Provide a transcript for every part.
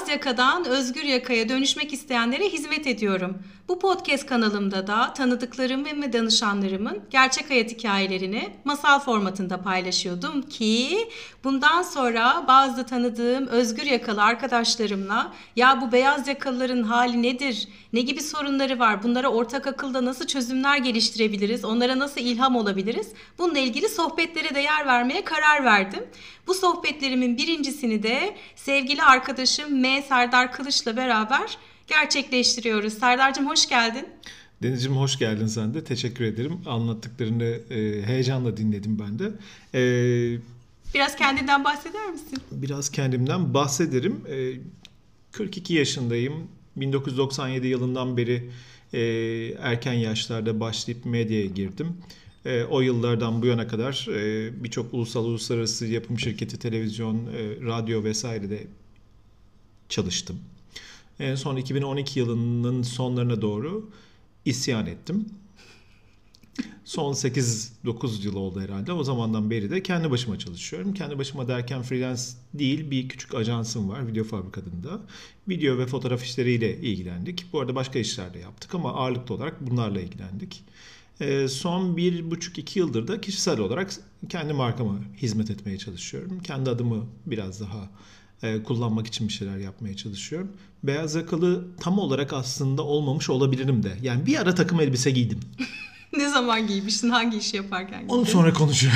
yakadan özgür yakaya dönüşmek isteyenlere hizmet ediyorum. Bu podcast kanalımda da tanıdıklarım ve danışanlarımın gerçek hayat hikayelerini masal formatında paylaşıyordum ki bundan sonra bazı tanıdığım özgür yakalı arkadaşlarımla ya bu beyaz yakalıların hali nedir, ne gibi sorunları var, bunlara ortak akılda nasıl çözümler geliştirebiliriz, onlara nasıl ilham olabiliriz, bununla ilgili sohbetlere de yer vermeye karar verdim. Bu sohbetlerimin birincisini de sevgili arkadaşım M. Serdar Kılıç'la beraber gerçekleştiriyoruz. Serdar'cığım hoş geldin. Denizciğim hoş geldin sen de. Teşekkür ederim. Anlattıklarını heyecanla dinledim ben de. Biraz kendinden bahseder misin? Biraz kendimden bahsederim. 42 yaşındayım. 1997 yılından beri erken yaşlarda başlayıp medyaya girdim. O yıllardan bu yana kadar birçok ulusal uluslararası yapım şirketi, televizyon, radyo vesairede çalıştım. En son 2012 yılının sonlarına doğru isyan ettim. Son 8-9 yıl oldu herhalde. O zamandan beri de kendi başıma çalışıyorum. Kendi başıma derken freelance değil, bir küçük ajansım var Video Fabrik adında. Video ve fotoğraf işleriyle ilgilendik. Bu arada başka işler de yaptık ama ağırlıklı olarak bunlarla ilgilendik. Son 1,5-2 yıldır da kişisel olarak kendi markama hizmet etmeye çalışıyorum. Kendi adımı biraz daha kullanmak için bir şeyler yapmaya çalışıyorum. Beyaz yakalı tam olarak aslında olmamış olabilirim de. Yani bir ara takım elbise giydim. Ne zaman giymiştin? Hangi işi yaparken giydin? Onu sonra konuşuyorum.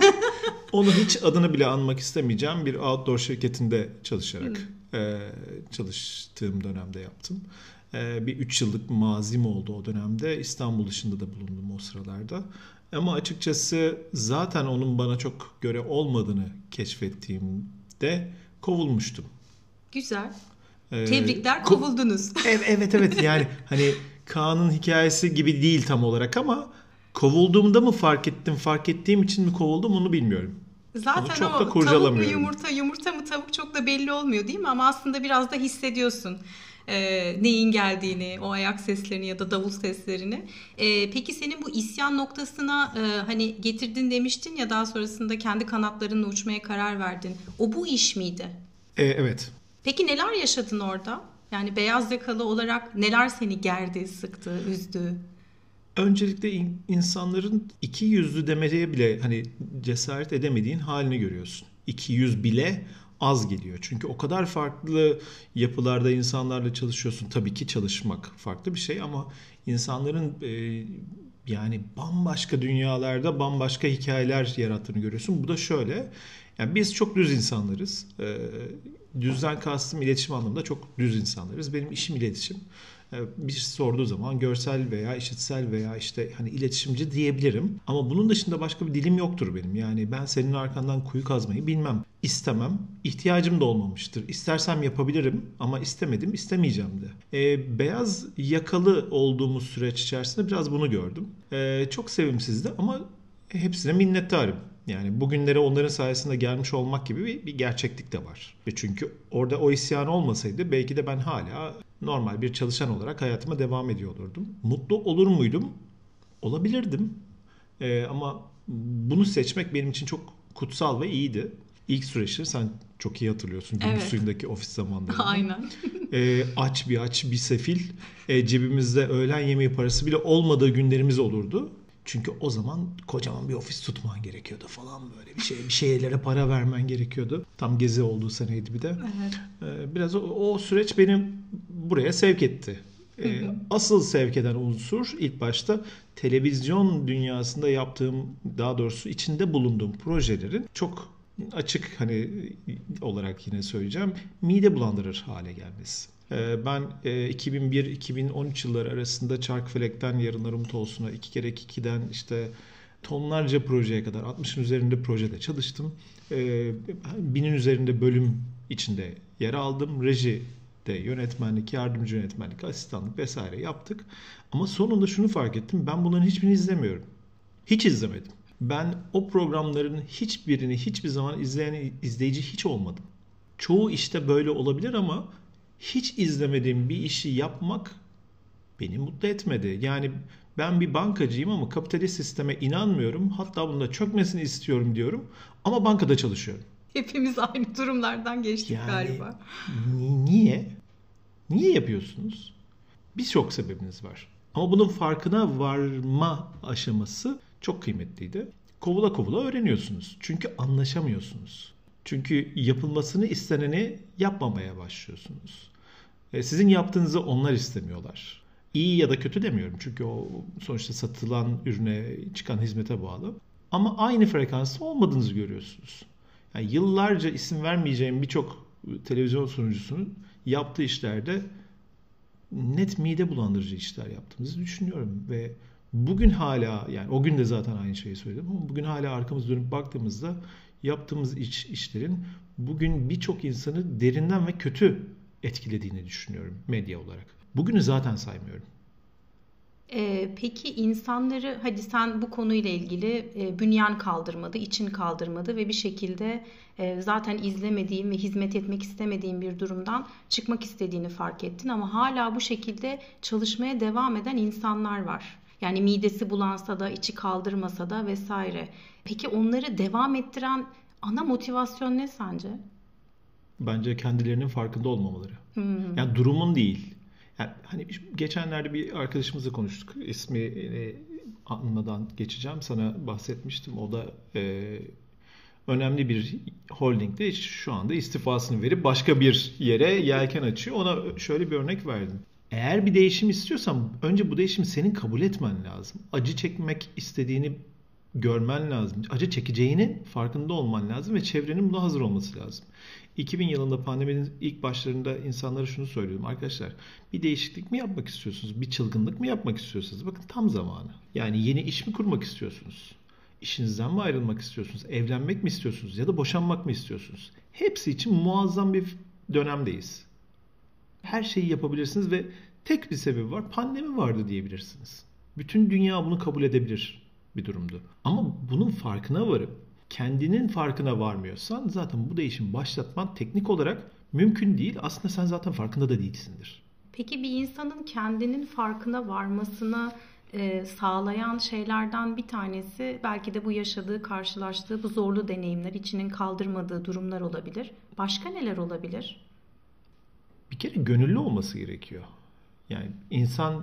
Onu hiç adını bile anmak istemeyeceğim bir outdoor şirketinde çalışarak çalıştığım dönemde yaptım. Bir 3 yıllık mazim oldu o dönemde. İstanbul dışında da bulundum o sıralarda. Ama açıkçası zaten onun bana çok göre olmadığını keşfettiğimde kovulmuştum. Güzel. Tebrikler, kovuldunuz. Evet yani hani Kaan'ın hikayesi gibi değil tam olarak ama kovulduğumda mı fark ettiğim için mi kovuldum onu bilmiyorum. Zaten çok o tavuk mu yumurta mı tavuk çok da belli olmuyor değil mi? Ama aslında biraz da hissediyorsun neyin geldiğini, o ayak seslerini ya da davul seslerini. Peki senin bu isyan noktasına hani getirdin demiştin ya, daha sonrasında kendi kanatlarınla uçmaya karar verdin. O bu iş miydi? Evet. Peki neler yaşadın orada? Yani beyaz yakalı olarak neler seni gerdi, sıktı, üzdü? Öncelikle insanların iki yüzlü demeye bile hani cesaret edemediğin halini görüyorsun. 200 bile az geliyor. Çünkü o kadar farklı yapılarda insanlarla çalışıyorsun. Tabii ki çalışmak farklı bir şey ama insanların yani bambaşka dünyalarda bambaşka hikayeler yarattığını görüyorsun. Bu da şöyle. Yani biz çok düz insanlarız. Düzden kastım iletişim anlamında çok düz insanlarız. Benim işim iletişim. Bir şey sorduğu zaman görsel veya işitsel veya işte hani iletişimci diyebilirim. Ama bunun dışında başka bir dilim yoktur benim. Yani ben senin arkandan kuyu kazmayı bilmem, istemem, ihtiyacım da olmamıştır. İstersem yapabilirim ama istemedim, istemeyeceğim de. Beyaz yakalı olduğumuz süreç içerisinde biraz bunu gördüm. Çok sevimsizdi ama hepsine minnettarım. Yani bugünlere onların sayesinde gelmiş olmak gibi bir gerçeklik de var. Çünkü orada o isyan olmasaydı belki de ben hala normal bir çalışan olarak hayatıma devam ediyor olurdum. Mutlu olur muydum? Olabilirdim. Ama bunu seçmek benim için çok kutsal ve iyiydi. İlk süreçleri sen çok iyi hatırlıyorsun. Gümüş suyundaki ofis zamanlarında. Aynen. Aç bir sefil. Cebimizde öğlen yemeği parası bile olmadığı günlerimiz olurdu. Çünkü o zaman kocaman bir ofis tutman gerekiyordu falan böyle bir şeylere para vermen gerekiyordu. Tam gezi olduğu seneydi bir de. Evet. Biraz o süreç beni buraya sevk etti. Asıl sevk eden unsur ilk başta televizyon dünyasında yaptığım, daha doğrusu içinde bulunduğum projelerin çok açık hani olarak yine söyleyeceğim, mide bulandırır hale gelmesi. Ben 2001-2013 yılları arasında Çarkıfelek'ten Yarınlar Umut Olsun'a 2x2'den işte tonlarca projeye kadar 60'ın üzerinde projede çalıştım. 1000'in üzerinde bölüm içinde yer aldım. Rejide yönetmenlik, yardımcı yönetmenlik, asistanlık vesaire yaptık. Ama sonunda şunu fark ettim. Ben bunların hiçbirini izlemiyorum. Hiç izlemedim. Ben o programların hiçbirini hiçbir zaman izleyen izleyici hiç olmadım. Çoğu işte böyle olabilir ama hiç izlemediğim bir işi yapmak beni mutlu etmedi. Yani ben bir bankacıyım ama kapitalist sisteme inanmıyorum. Hatta bunda çökmesini istiyorum diyorum. Ama bankada çalışıyorum. Hepimiz aynı durumlardan geçtik galiba. Niye? Niye yapıyorsunuz? Birçok sebebiniz var. Ama bunun farkına varma aşaması çok kıymetliydi. Kovula kovula öğreniyorsunuz. Çünkü anlaşamıyorsunuz. Çünkü yapılmasını isteneni yapmamaya başlıyorsunuz. Sizin yaptığınızı onlar istemiyorlar. İyi ya da kötü demiyorum. Çünkü o sonuçta satılan ürüne, çıkan hizmete bağlı. Ama aynı frekansta olmadığınızı görüyorsunuz. Yani yıllarca isim vermeyeceğim birçok televizyon sunucusunun yaptığı işlerde net mide bulandırıcı işler yaptığımızı düşünüyorum. Ve bugün hala, yani o gün de zaten aynı şeyi söyledim ama bugün hala arkamızı dönüp baktığımızda yaptığımız işlerin bugün birçok insanı derinden ve kötü etkilediğini düşünüyorum medya olarak. Bugünü zaten saymıyorum. Peki insanları, hadi sen bu konuyla ilgili bünyen kaldırmadı, için kaldırmadı ve bir şekilde zaten izlemediğin ve hizmet etmek istemediğin bir durumdan çıkmak istediğini fark ettin ama hala bu şekilde çalışmaya devam eden insanlar var. Yani midesi bulansa da, içi kaldırmasa da vesaire. Peki onları devam ettiren ana motivasyon ne sence? Bence kendilerinin farkında olmamaları. Yani durumun değil. Yani hani geçenlerde bir arkadaşımızla konuştuk. İsmini anmadan geçeceğim. Sana bahsetmiştim. O da önemli bir holdingde şu anda istifasını verip başka bir yere yelken açıyor. Ona şöyle bir örnek verdim. Eğer bir değişim istiyorsan önce bu değişimi senin kabul etmen lazım. Acı çekmek istediğini görmen lazım. Acı çekeceğinin farkında olman lazım ve çevrenin buna hazır olması lazım. 2000 yılında pandeminin ilk başlarında insanlara şunu söylüyordum. Arkadaşlar, bir değişiklik mi yapmak istiyorsunuz? Bir çılgınlık mı yapmak istiyorsunuz? Bakın tam zamanı. Yani yeni iş mi kurmak istiyorsunuz? İşinizden mi ayrılmak istiyorsunuz? Evlenmek mi istiyorsunuz? Ya da boşanmak mı istiyorsunuz? Hepsi için muazzam bir dönemdeyiz. Her şeyi yapabilirsiniz ve tek bir sebebi var. Pandemi vardı diyebilirsiniz. Bütün dünya bunu kabul edebilir bir durumdu. Ama bunun farkına varıp kendinin farkına varmıyorsan zaten bu değişimi başlatman teknik olarak mümkün değil. Aslında sen zaten farkında da değilsindir. Peki bir insanın kendinin farkına varmasına sağlayan şeylerden bir tanesi belki de bu yaşadığı, karşılaştığı bu zorlu deneyimler, içinin kaldırmadığı durumlar olabilir. Başka neler olabilir? Bir kere gönüllü olması gerekiyor. Yani insan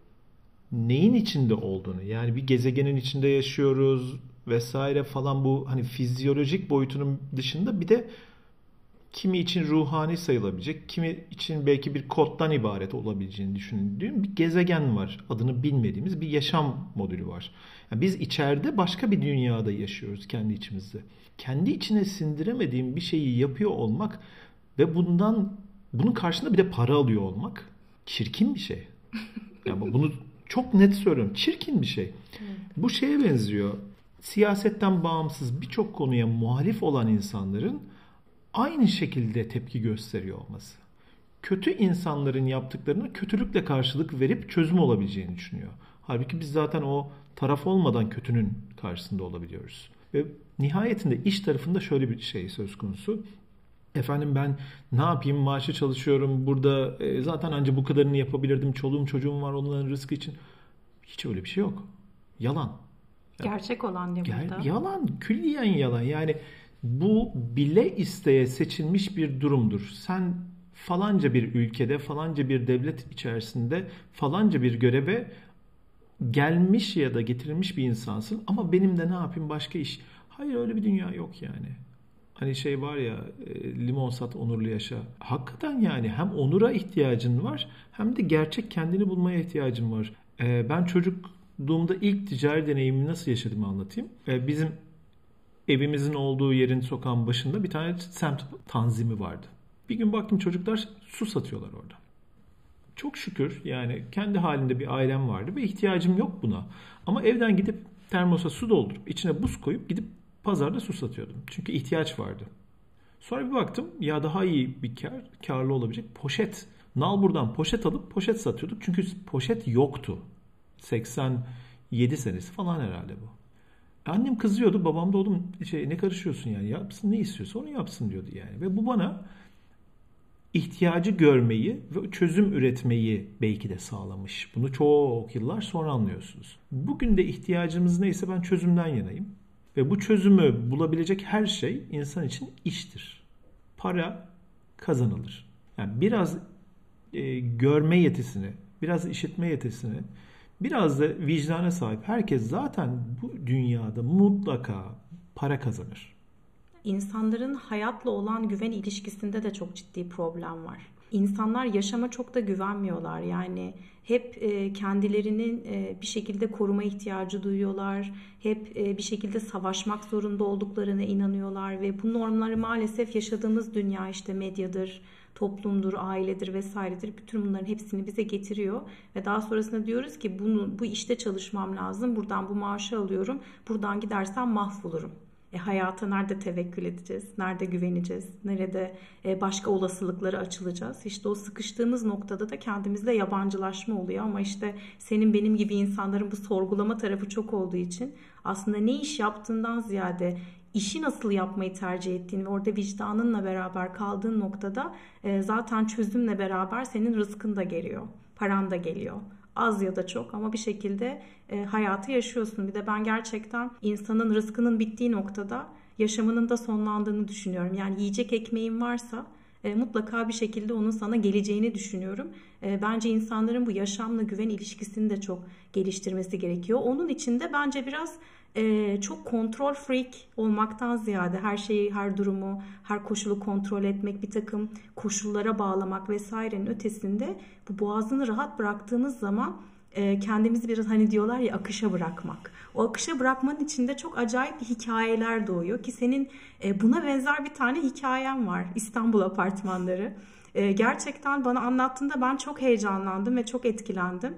neyin içinde olduğunu, yani bir gezegenin içinde yaşıyoruz vesaire falan, bu hani fizyolojik boyutunun dışında bir de kimi için ruhani sayılabilecek, kimi için belki bir koddan ibaret olabileceğini düşündüğüm bir gezegen var. Adını bilmediğimiz bir yaşam modülü var. Yani biz içeride başka bir dünyada yaşıyoruz kendi içimizde. Kendi içine sindiremediğim bir şeyi yapıyor olmak ve bunun karşında bir de para alıyor olmak çirkin bir şey. Yani bunu çok net söylüyorum. Çirkin bir şey. Bu şeye benziyor. Siyasetten bağımsız birçok konuya muhalif olan insanların aynı şekilde tepki gösteriyor olması. Kötü insanların yaptıklarına kötülükle karşılık verip çözüm olabileceğini düşünüyor. Halbuki biz zaten o taraf olmadan kötünün karşısında olabiliyoruz. Ve nihayetinde iş tarafında şöyle bir şey söz konusu. Efendim ben ne yapayım, maaşı çalışıyorum burada, zaten ancak bu kadarını yapabilirdim, çoluğum çocuğum var onların rızkı için. Hiç öyle bir şey yok. Yalan. Gerçek olan ne burada? Yalan, külliyen yalan. Yani bu bile isteye seçilmiş bir durumdur. Sen falanca bir ülkede, falanca bir devlet içerisinde falanca bir göreve gelmiş ya da getirilmiş bir insansın ama benim de ne yapayım, başka iş. Hayır, öyle bir dünya yok yani. Hani şey var ya, limon sat onurlu yaşa. Hakikaten yani hem onura ihtiyacın var hem de gerçek kendini bulmaya ihtiyacın var. Ben çocukluğumda ilk ticari deneyimimi nasıl yaşadığımı anlatayım. Bizim evimizin olduğu yerin sokağın başında bir tane semt tanzimi vardı. Bir gün baktım çocuklar su satıyorlar orada. Çok şükür yani kendi halinde bir ailem vardı ve ihtiyacım yok buna. Ama evden gidip termosa su doldurup içine buz koyup gidip pazarda su satıyordum. Çünkü ihtiyaç vardı. Sonra bir baktım ya daha iyi bir karlı olabilecek poşet. Nalbur'dan poşet alıp poşet satıyorduk. Çünkü poşet yoktu. 87 senesi falan herhalde bu. Annem kızıyordu. Babam da oğlum ne karışıyorsun yani, yapsın ne istiyorsa onu yapsın diyordu yani. Ve bu bana ihtiyacı görmeyi ve çözüm üretmeyi belki de sağlamış. Bunu çok yıllar sonra anlıyorsunuz. Bugün de ihtiyacımız neyse ben çözümden yanayım. Ve bu çözümü bulabilecek her şey insan için iştir. Para kazanılır. Yani biraz görme yetisini, biraz işitme yetisini, biraz da vicdana sahip herkes zaten bu dünyada mutlaka para kazanır. İnsanların hayatla olan güven ilişkisinde de çok ciddi problem var. İnsanlar yaşama çok da güvenmiyorlar. Yani hep kendilerinin bir şekilde koruma ihtiyacı duyuyorlar. Hep bir şekilde savaşmak zorunda olduklarına inanıyorlar ve bu normları maalesef yaşadığımız dünya işte medyadır, toplumdur, ailedir vesairedir. Bütün bunların hepsini bize getiriyor ve daha sonrasında diyoruz ki bu işte çalışmam lazım. Buradan bu maaşı alıyorum. Buradan gidersem mahvolurum. Hayata nerede tevekkül edeceğiz? Nerede güveneceğiz? Nerede başka olasılıkları açılacağız? İşte o sıkıştığımız noktada da kendimizde yabancılaşma oluyor. Ama işte senin benim gibi insanların bu sorgulama tarafı çok olduğu için aslında ne iş yaptığından ziyade işi nasıl yapmayı tercih ettiğin ve orada vicdanınla beraber kaldığın noktada zaten çözümle beraber senin rızkın da geliyor. Paran da geliyor. Az ya da çok ama bir şekilde hayatı yaşıyorsun. Bir de ben gerçekten insanın rızkının bittiği noktada yaşamının da sonlandığını düşünüyorum. Yani yiyecek ekmeğin varsa mutlaka bir şekilde onun sana geleceğini düşünüyorum. Bence insanların bu yaşamla güven ilişkisini de çok geliştirmesi gerekiyor. Onun için de bence biraz çok kontrol freak olmaktan ziyade her şeyi, her durumu, her koşulu kontrol etmek, bir takım koşullara bağlamak vesairenin ötesinde bu boğazını rahat bıraktığımız zaman kendimizi biraz hani diyorlar ya akışa bırakmak. O akışa bırakmanın içinde çok acayip hikayeler doğuyor ki senin buna benzer bir tane hikayen var. İstanbul Apartmanları. Gerçekten bana anlattığında ben çok heyecanlandım ve çok etkilendim.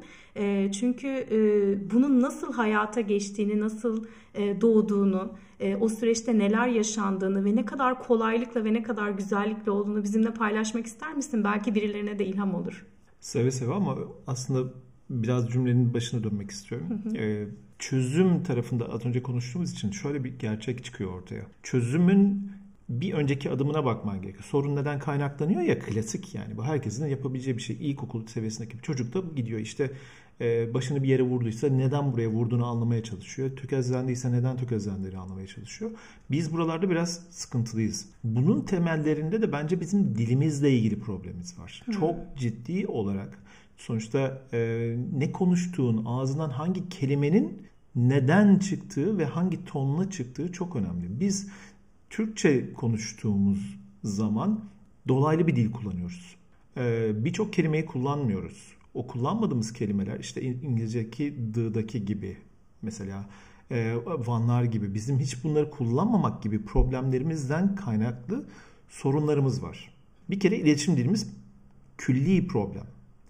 Çünkü bunun nasıl hayata geçtiğini, nasıl doğduğunu, o süreçte neler yaşandığını ve ne kadar kolaylıkla ve ne kadar güzellikle olduğunu bizimle paylaşmak ister misin? Belki birilerine de ilham olur. Seve seve ama aslında biraz cümlenin başına dönmek istiyorum. Çözüm tarafında az önce konuştuğumuz için şöyle bir gerçek çıkıyor ortaya. Çözümün bir önceki adımına bakman gerekiyor. Sorun neden kaynaklanıyor ya, klasik yani. Bu herkesin yapabileceği bir şey. İlkokul seviyesindeki bir çocuk da gidiyor işte başını bir yere vurduysa neden buraya vurduğunu anlamaya çalışıyor. Tökezlendiyse neden tökezlendiğini anlamaya çalışıyor. Biz buralarda biraz sıkıntılıyız. Bunun temellerinde de bence bizim dilimizle ilgili problemimiz var. Çok ciddi olarak sonuçta ne konuştuğun, ağzından hangi kelimenin neden çıktığı ve hangi tonla çıktığı çok önemli. Biz Türkçe konuştuğumuz zaman dolaylı bir dil kullanıyoruz. Birçok kelimeyi kullanmıyoruz. O kullanmadığımız kelimeler işte İngilizce'deki the'daki gibi mesela one'lar gibi bizim hiç bunları kullanmamak gibi problemlerimizden kaynaklı sorunlarımız var. Bir kere iletişim dilimiz külli problem.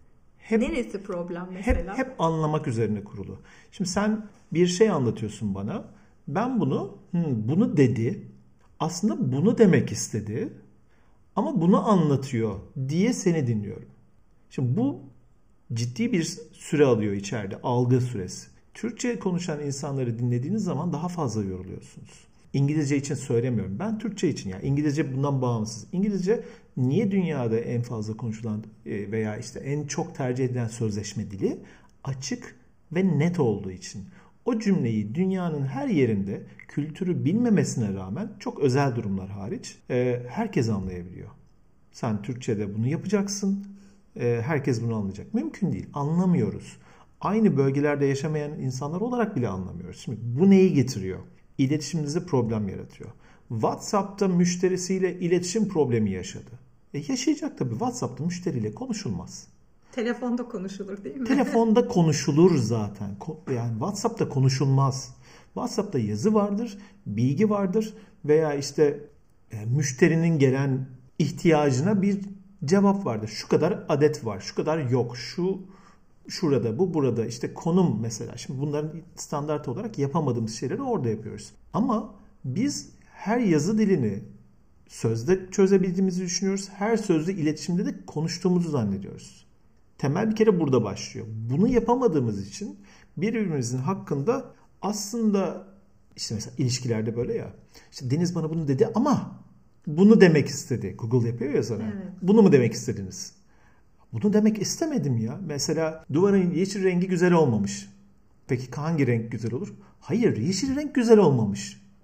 Neresi problem mesela? Hep anlamak üzerine kurulu. Şimdi sen bir şey anlatıyorsun bana. Ben bunu dedi. Aslında bunu demek istedi. Ama bunu anlatıyor diye seni dinliyorum. Şimdi bu ciddi bir süre alıyor içeride. Algı süresi. Türkçe konuşan insanları dinlediğiniz zaman daha fazla yoruluyorsunuz. İngilizce için söylemiyorum. Ben Türkçe için yani. İngilizce bundan bağımsız. İngilizce niye dünyada en fazla konuşulan veya işte en çok tercih edilen sözleşme dili? Açık ve net olduğu için. O cümleyi dünyanın her yerinde kültürü bilmemesine rağmen çok özel durumlar hariç herkes anlayabiliyor. Sen Türkçe'de bunu yapacaksın. Herkes bunu anlayacak. Mümkün değil. Anlamıyoruz. Aynı bölgelerde yaşamayan insanlar olarak bile anlamıyoruz. Şimdi bu neyi getiriyor? İletişimimizde problem yaratıyor. WhatsApp'ta müşterisiyle iletişim problemi yaşadı. Yaşayacak tabii. WhatsApp'ta müşteriyle konuşulmaz. Telefonda konuşulur değil mi? Telefonda konuşulur zaten. Yani WhatsApp'ta konuşulmaz. WhatsApp'ta yazı vardır, bilgi vardır veya işte müşterinin gelen ihtiyacına bir cevap vardır. Şu kadar adet var, şu kadar yok, şu şurada, bu burada, işte konum mesela. Şimdi bunların standart olarak yapamadığımız şeyleri orada yapıyoruz. Ama biz her yazı dilini sözde çözebildiğimizi düşünüyoruz. Her sözlü iletişimde de konuştuğumuzu zannediyoruz. Temel bir kere burada başlıyor. Bunu yapamadığımız için birbirimizin hakkında aslında işte mesela ilişkilerde böyle ya. İşte Deniz bana bunu dedi ama bunu demek istedi. Google yapıyor ya sana. Evet. Bunu mu demek istediniz? Bunu demek istemedim ya. Mesela duvarın yeşil rengi güzel olmamış. Peki hangi renk güzel olur? Hayır, yeşil renk güzel olmamış.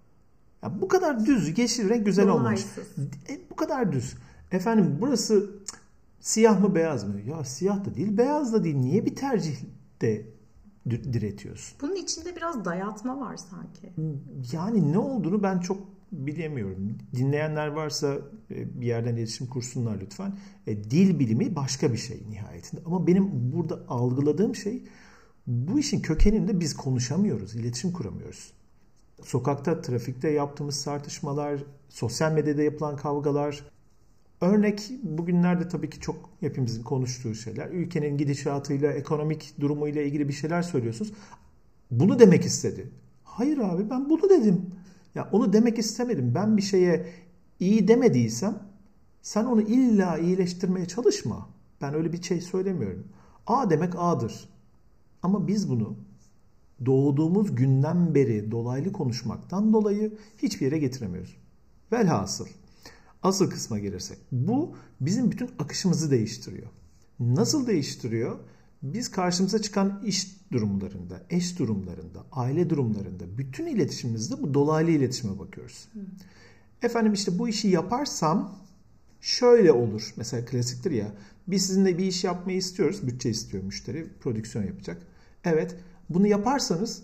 Ya bu kadar düz, yeşil renk güzel olmamış. Bu kadar düz. Efendim burası siyah mı beyaz mı? Ya siyah da değil, beyaz da değil. Niye bir tercihte diretiyorsun? Bunun içinde biraz dayatma var sanki. Yani ne olduğunu ben çok bilemiyorum. Dinleyenler varsa bir yerden iletişim kursunlar lütfen. Dil bilimi başka bir şey nihayetinde. Ama benim burada algıladığım şey, bu işin kökeninde biz konuşamıyoruz, iletişim kuramıyoruz. Sokakta, trafikte yaptığımız tartışmalar, sosyal medyada yapılan kavgalar. Örnek bugünlerde tabii ki çok hepimizin konuştuğu şeyler. Ülkenin gidişatıyla, ekonomik durumuyla ilgili bir şeyler söylüyorsunuz. Bunu demek istedi. Hayır abi, ben bunu dedim. Ya onu demek istemedim. Ben bir şeye iyi demediysem sen onu illa iyileştirmeye çalışma. Ben öyle bir şey söylemiyorum. A demek A'dır. Ama biz bunu doğduğumuz günden beri dolaylı konuşmaktan dolayı hiçbir yere getiremiyoruz. Velhasıl asıl kısma gelirsek, bu bizim bütün akışımızı değiştiriyor. Nasıl değiştiriyor? Biz karşımıza çıkan iş durumlarında, eş durumlarında, aile durumlarında, bütün iletişimimizde bu dolaylı iletişime bakıyoruz. Efendim işte bu işi yaparsam şöyle olur. Mesela klasiktir ya, biz sizinle bir iş yapmayı istiyoruz. Bütçe istiyor müşteri, prodüksiyon yapacak. Evet, bunu yaparsanız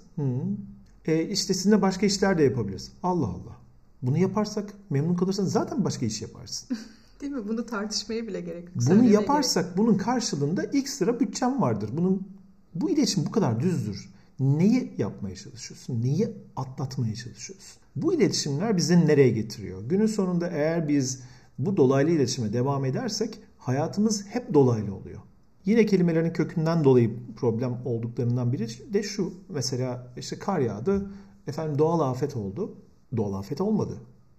işte sizinle başka işler de yapabiliriz. Allah Allah. Bunu yaparsak memnun kalırsan zaten başka iş yaparsın. Değil mi? Bunu tartışmaya bile gerek yok. Bunu yaparsak bunun karşılığında ekstra bütçem vardır. Bu iletişim bu kadar düzdür. Neyi yapmaya çalışıyorsun? Neyi atlatmaya çalışıyorsun? Bu iletişimler bizi nereye getiriyor? Günün sonunda eğer biz bu dolaylı iletişime devam edersek hayatımız hep dolaylı oluyor. Yine kelimelerin kökünden dolayı problem olduklarından biri de şu. Mesela işte kar yağdı. Efendim doğal afet oldu. Doğal afet olmadı.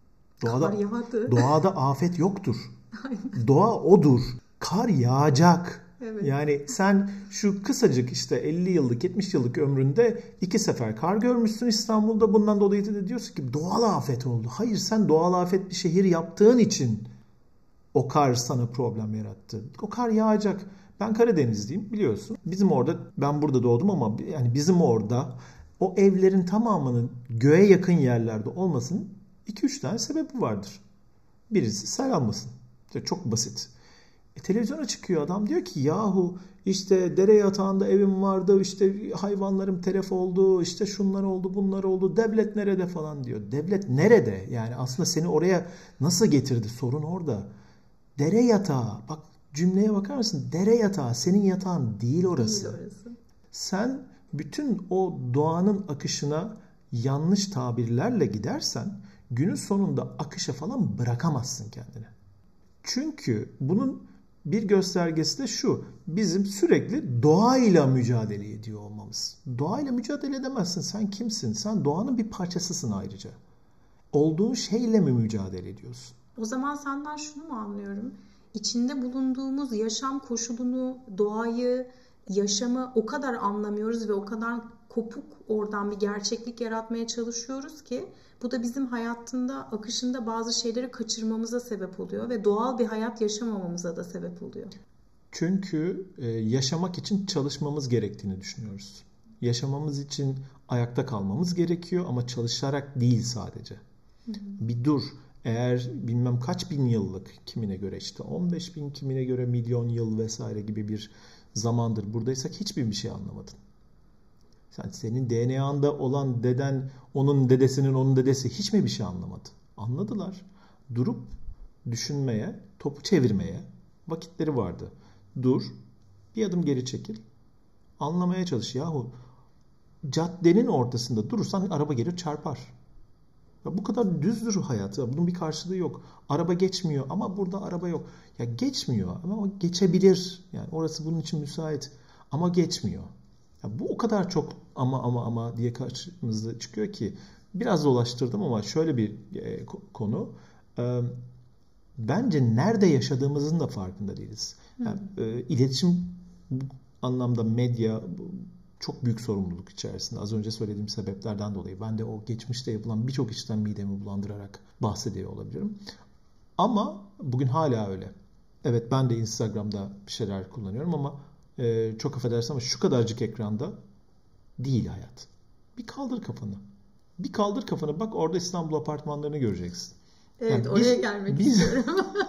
Doğada afet yoktur. Doğa odur. Kar yağacak. Evet. Yani sen şu kısacık işte 50 yıllık 70 yıllık ömründe 2 sefer kar görmüşsün İstanbul'da, bundan dolayı da diyorsun ki doğal afet oldu. Hayır, sen doğal afet bir şehir yaptığın için o kar sana problem yarattı. O kar yağacak. Ben Karadenizliyim biliyorsun. Bizim orada, ben burada doğdum ama yani bizim orada o evlerin tamamının göğe yakın yerlerde olmasının 2-3 tane sebebi vardır. Birisi sel almasın. İşte çok basit. Televizyona çıkıyor adam, diyor ki yahu işte dere yatağında evim vardı, işte hayvanlarım telef oldu, işte şunlar oldu, bunlar oldu, devlet nerede falan diyor. Devlet nerede? Yani aslında seni oraya nasıl getirdi? Sorun orada. Dere yatağı. Bak cümleye bakar mısın? Dere yatağı. Senin yatağın değil orası. Değil orası. Sen bütün o doğanın akışına yanlış tabirlerle gidersen günün sonunda akışa falan bırakamazsın kendini. Çünkü bunun bir göstergesi de şu: bizim sürekli doğayla mücadele ediyor olmamız. Doğayla mücadele edemezsin. Sen kimsin? Sen doğanın bir parçasısın ayrıca. Olduğun şeyle mi mücadele ediyorsun? O zaman senden şunu mu anlıyorum? İçinde bulunduğumuz yaşam koşulunu, doğayı, yaşamı o kadar anlamıyoruz ve o kadar kopuk oradan bir gerçeklik yaratmaya çalışıyoruz ki bu da bizim hayatında, akışında bazı şeyleri kaçırmamıza sebep oluyor ve doğal bir hayat yaşamamamıza da sebep oluyor. Çünkü yaşamak için çalışmamız gerektiğini düşünüyoruz. Yaşamamız için ayakta kalmamız gerekiyor ama çalışarak değil sadece. Bir dur. Eğer bilmem kaç bin yıllık, kimine göre işte 15 bin, kimine göre milyon yıl vesaire gibi bir zamandır buradaysak hiçbir şey anlamadın. Senin DNA'nda olan deden, onun dedesinin onun dedesi hiç mi bir şey anlamadı? Anladılar. Durup düşünmeye, topu çevirmeye vakitleri vardı. Dur, bir adım geri çekil. Anlamaya çalış yahu. Caddenin ortasında durursan araba gelir çarpar. Ya bu kadar düzdür hayat. Bunun bir karşılığı yok. Araba geçmiyor ama burada araba yok. Ya geçmiyor ama o geçebilir. Yani orası bunun için müsait. Ama geçmiyor. Ya bu o kadar çok ama diye karşımıza çıkıyor ki biraz dolaştırdım ama şöyle bir konu. Bence nerede yaşadığımızın da farkında değiliz. Yani, iletişim bu anlamda, medya çok büyük sorumluluk içerisinde. Az önce söylediğim sebeplerden dolayı. Ben de o geçmişte yapılan birçok işten midemi bulandırarak bahsediyor olabilirim. Ama bugün hala öyle. Evet, ben de Instagram'da bir şeyler kullanıyorum ama çok affedersin ama şu kadarcık ekranda değil hayat. Bir kaldır kafanı. Bir kaldır kafanı bak, orada İstanbul apartmanlarını göreceksin. Evet, Yani oraya gelmek istiyorum.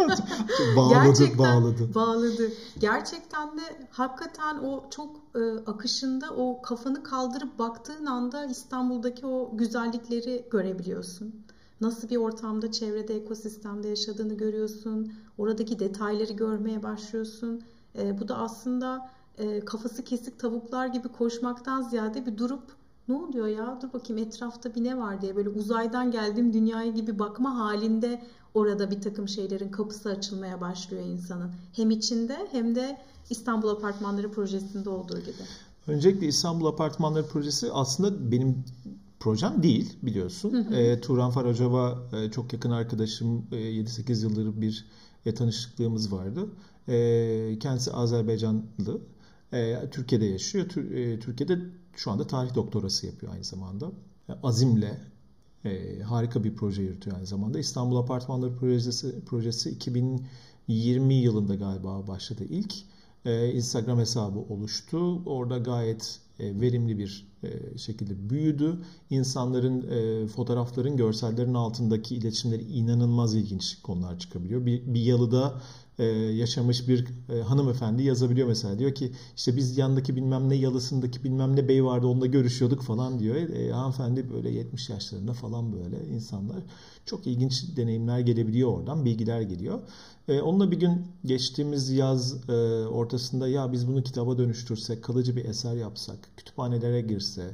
Bağladı. Gerçekten de hakikaten o çok akışında, o kafanı kaldırıp baktığın anda İstanbul'daki o güzellikleri görebiliyorsun. Nasıl bir ortamda, çevrede, ekosistemde yaşadığını görüyorsun. Oradaki detayları görmeye başlıyorsun. Bu da aslında kafası kesik tavuklar gibi koşmaktan ziyade bir durup ne oluyor ya? Dur bakayım etrafta bir ne var diye böyle uzaydan geldiğim dünyaya gibi bakma halinde orada bir takım şeylerin kapısı açılmaya başlıyor insanın. Hem içinde hem de İstanbul Apartmanları projesinde olduğu gibi. Öncelikle İstanbul Apartmanları projesi aslında benim projem değil, biliyorsun. Turan Faracova çok yakın arkadaşım, 7-8 yıldır bir tanışıklığımız vardı. Kendisi Azerbaycanlı. Türkiye'de yaşıyor. Türkiye'de şu anda tarih doktorası yapıyor aynı zamanda. Azimle harika bir proje yürütüyor aynı zamanda. İstanbul Apartmanları projesi 2020 yılında galiba başladı ilk. Instagram hesabı oluştu. Orada gayet verimli bir şekilde büyüdü. İnsanların fotoğrafların, görsellerin altındaki iletişimleri inanılmaz ilginç konular çıkabiliyor. Bir yalıda yaşamış bir hanımefendi yazabiliyor mesela. Diyor ki işte biz yandaki bilmem ne yalısındaki bilmem ne bey vardı, onunla görüşüyorduk falan diyor. Hanımefendi böyle 70 yaşlarında falan böyle insanlar. Çok ilginç deneyimler gelebiliyor oradan. Bilgiler geliyor. Onunla bir gün geçtiğimiz yaz ortasında ya biz bunu kitaba dönüştürsek, kalıcı bir eser yapsak, kütüphanelere girse,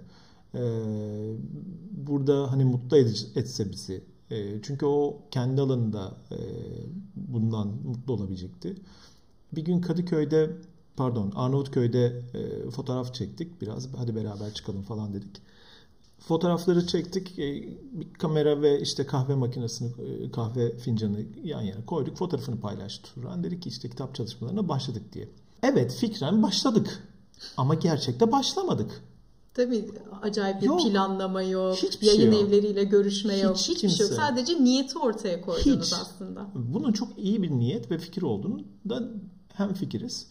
burada hani mutlu etse bizi. Çünkü o kendi alanında bundan mutlu olabilecekti. Bir gün Arnavutköy'de fotoğraf çektik. Biraz hadi beraber çıkalım falan dedik. Fotoğrafları çektik. Bir kamera ve işte kahve makinesini, kahve fincanı yan yana koyduk. Fotoğrafını paylaştı Turan. Dedi ki işte kitap çalışmalarına başladık diye. Evet, fikren başladık. Ama gerçekte başlamadık. Tabii acayip bir planlama yok. Yayın şey evleriyle görüşme yok. Hiçbir kimse. şey yok. Sadece niyeti ortaya koydunuz aslında. Bunun çok iyi bir niyet ve fikir olduğunu da hemfikiriz.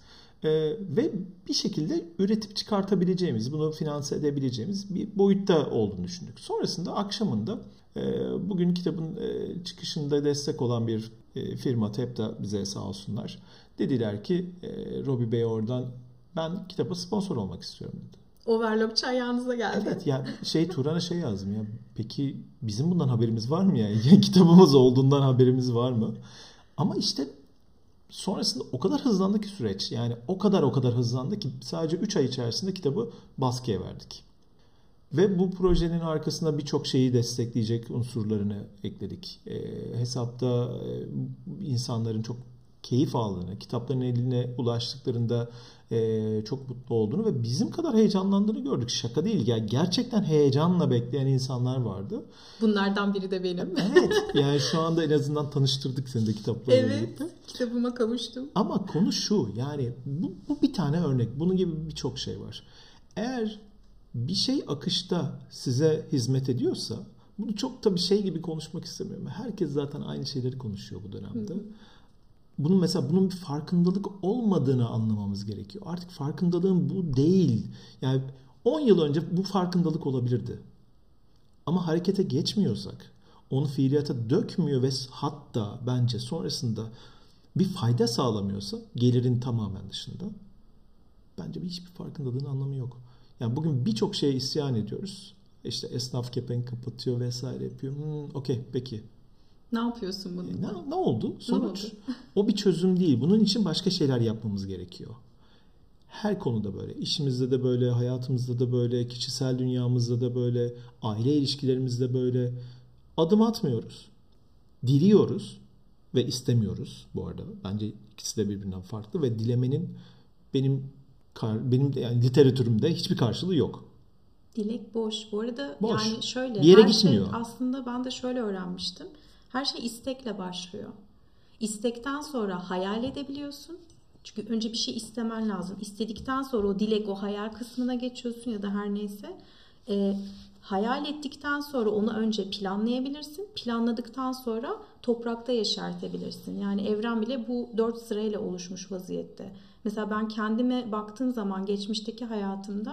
Ve bir şekilde üretip çıkartabileceğimiz, bunu finanse edebileceğimiz bir boyutta olduğunu düşündük. Sonrasında akşamında bugün kitabın çıkışında destek olan bir firma TEP'ta bize sağ olsunlar. Dediler ki Robi Bey oradan ben kitaba sponsor olmak istiyorum dedi. Overlockçı ayağınıza geldi. Evet ya Turan'a yazdım ya. Peki bizim bundan haberimiz var mı ya? Kitabımız olduğundan haberimiz var mı? Ama işte sonrasında o kadar hızlandı ki süreç. Yani o kadar hızlandı ki sadece 3 ay içerisinde kitabı baskıya verdik. Ve bu projenin arkasında birçok şeyi destekleyecek unsurlarını ekledik. Hesapta insanların çok keyif aldığını, kitapların eline ulaştıklarında çok mutlu olduğunu ve bizim kadar heyecanlandığını gördük. Şaka değil. Yani gerçekten heyecanla bekleyen insanlar vardı. Bunlardan biri de benim. Evet. Yani şu anda en azından tanıştırdık seni de kitaplarla birlikte. Evet. Kitabıma kavuştum. Ama konu şu. Yani bu bir tane örnek. Bunun gibi birçok şey var. Eğer bir şey akışta size hizmet ediyorsa, bunu çok tabii şey gibi konuşmak istemiyorum. Herkes zaten aynı şeyleri konuşuyor bu dönemde. Bunun bir farkındalık olmadığını anlamamız gerekiyor. Artık farkındalığın bu değil. Yani 10 yıl önce bu farkındalık olabilirdi. Ama harekete geçmiyorsak, onu fiiliyata dökmüyor ve hatta bence sonrasında bir fayda sağlamıyorsa, gelirin tamamen dışında, bence hiçbir farkındalığın anlamı yok. Yani bugün birçok şeye isyan ediyoruz. İşte esnaf kepenk kapatıyor vesaire yapıyor. Okey, peki. Ne yapıyorsun bununla? Ne oldu? Sonuç. O bir çözüm değil. Bunun için başka şeyler yapmamız gerekiyor. Her konuda böyle. İşimizde de böyle, hayatımızda da böyle, kişisel dünyamızda da böyle, aile ilişkilerimizde böyle. Adım atmıyoruz. Diliyoruz ve istemiyoruz bu arada. Bence ikisi de birbirinden farklı ve dilemenin benim yani literatürümde hiçbir karşılığı yok. Dilek boş. Bu arada boş. Yani şöyle bir yere gitmiyor. Aslında ben de şöyle öğrenmiştim. Her şey istekle başlıyor. İstekten sonra hayal edebiliyorsun. Çünkü önce bir şey istemen lazım. İstedikten sonra o dilek, o hayal kısmına geçiyorsun ya da her neyse. Hayal ettikten sonra onu önce planlayabilirsin. Planladıktan sonra toprakta yeşertebilirsin. Yani evren bile bu 4 sırayla oluşmuş vaziyette. Mesela ben kendime baktığım zaman geçmişteki hayatımda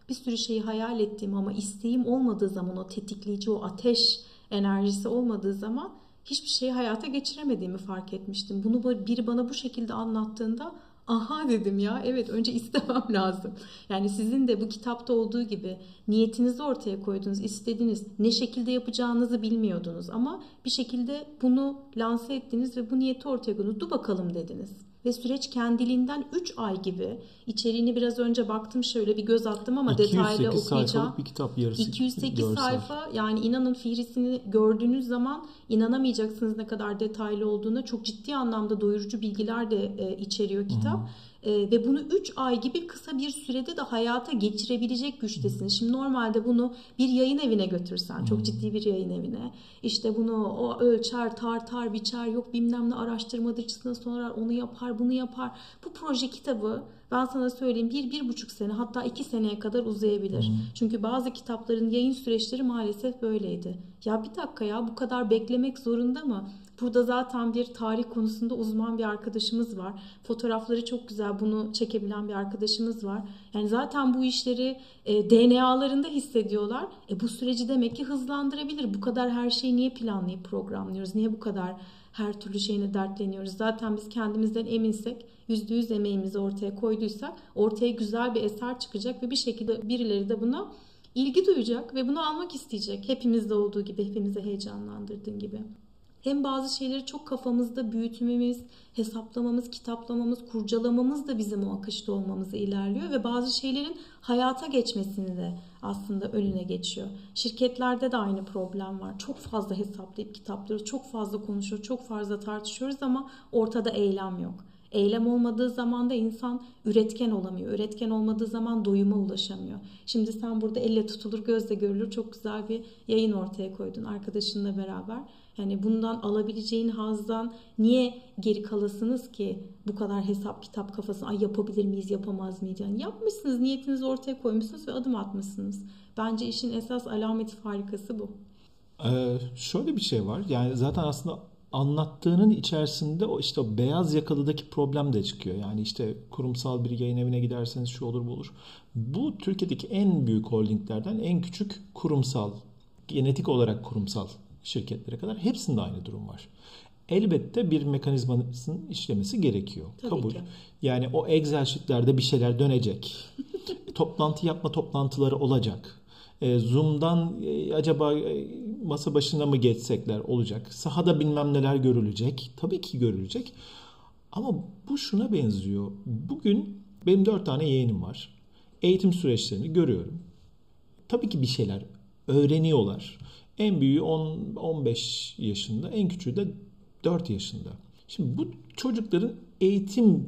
bir sürü şeyi hayal ettiğim ama isteğim olmadığı zaman, o tetikleyici, o ateş enerjisi olmadığı zaman hiçbir şeyi hayata geçiremediğimi fark etmiştim. Bunu biri bana bu şekilde anlattığında aha dedim ya, evet, önce istemem lazım. Yani sizin de bu kitapta olduğu gibi niyetinizi ortaya koydunuz, istediniz. Ne şekilde yapacağınızı bilmiyordunuz ama bir şekilde bunu lanse ettiniz ve bu niyeti ortaya koydunuz. Dur bakalım dediniz. Ve süreç kendiliğinden 3 ay gibi. İçeriğini biraz önce baktım, şöyle bir göz attım ama detaylı 208 okuyacağım. sayfalık bir kitap, yarısı 208 görsel. sayfa, yani inanın fihrisini gördüğünüz zaman inanamayacaksınız ne kadar detaylı olduğuna. Çok ciddi anlamda doyurucu bilgiler de içeriyor kitap. Ve bunu 3 ay gibi kısa bir sürede de hayata geçirebilecek güçtesiniz. Şimdi normalde bunu bir yayın evine götürsen, çok ciddi bir yayın evine, işte bunu o ölçer, tartar, biçer, yok bilmem ne araştırmacısına sorar, onu yapar, bunu yapar. Bu proje kitabı, ben sana söyleyeyim, 1-1,5 sene, hatta 2 seneye kadar uzayabilir. Çünkü bazı kitapların yayın süreçleri maalesef böyleydi. Ya bir dakika ya, bu kadar beklemek zorunda mı? Burada zaten bir tarih konusunda uzman bir arkadaşımız var. Fotoğrafları çok güzel, bunu çekebilen bir arkadaşımız var. Yani zaten bu işleri DNA'larında hissediyorlar. Bu süreci demek ki hızlandırabilir. Bu kadar her şeyi niye planlayıp programlıyoruz? Niye bu kadar her türlü şeyine dertleniyoruz? Zaten biz kendimizden eminsek, %100 emeğimizi ortaya koyduysak ortaya güzel bir eser çıkacak ve bir şekilde birileri de buna ilgi duyacak ve bunu almak isteyecek. Hepimizde olduğu gibi, hepimizi heyecanlandırdığın gibi. Hem bazı şeyleri çok kafamızda büyütmemiz, hesaplamamız, kitaplamamız, kurcalamamız da bizim o akışta olmamızı ilerliyor ve bazı şeylerin hayata geçmesini de aslında önüne geçiyor. Şirketlerde de aynı problem var. Çok fazla hesaplayıp kitaplıyoruz, çok fazla konuşuyoruz, çok fazla tartışıyoruz ama ortada eylem yok. Eylem olmadığı zaman da insan üretken olamıyor. Üretken olmadığı zaman doyuma ulaşamıyor. Şimdi sen burada elle tutulur, gözle görülür çok güzel bir yayın ortaya koydun arkadaşınla beraber. Yani bundan alabileceğin hazdan niye geri kalasınız ki, bu kadar hesap kitap kafasına, ay yapabilir miyiz, yapamaz mıyız? Yani yapmışsınız, niyetinizi ortaya koymuşsunuz ve adım atmışsınız. Bence işin esas alameti farikası bu. Şöyle bir şey var. Yani zaten aslında anlattığının içerisinde o işte o beyaz yakalıdaki problem de çıkıyor. Yani işte kurumsal bir yayın evine giderseniz şu olur bu olur. Bu Türkiye'deki en büyük holdinglerden en küçük kurumsal, genetik olarak kurumsal şirketlere kadar hepsinde aynı durum var. Elbette bir mekanizmanın işlemesi gerekiyor. Tabii kabul. ki. Yani o Excel sheetlerde bir şeyler dönecek. Toplantı yapma toplantıları olacak. Zoom'dan acaba masa başına mı geçsekler olacak. Sahada bilmem neler görülecek. Tabii ki görülecek. Ama bu şuna benziyor. Bugün benim 4 tane yeğenim var. Eğitim süreçlerini görüyorum. Tabii ki bir şeyler öğreniyorlar. En büyüğü 10-15 yaşında, en küçüğü de 4 yaşında. Şimdi bu çocukların eğitim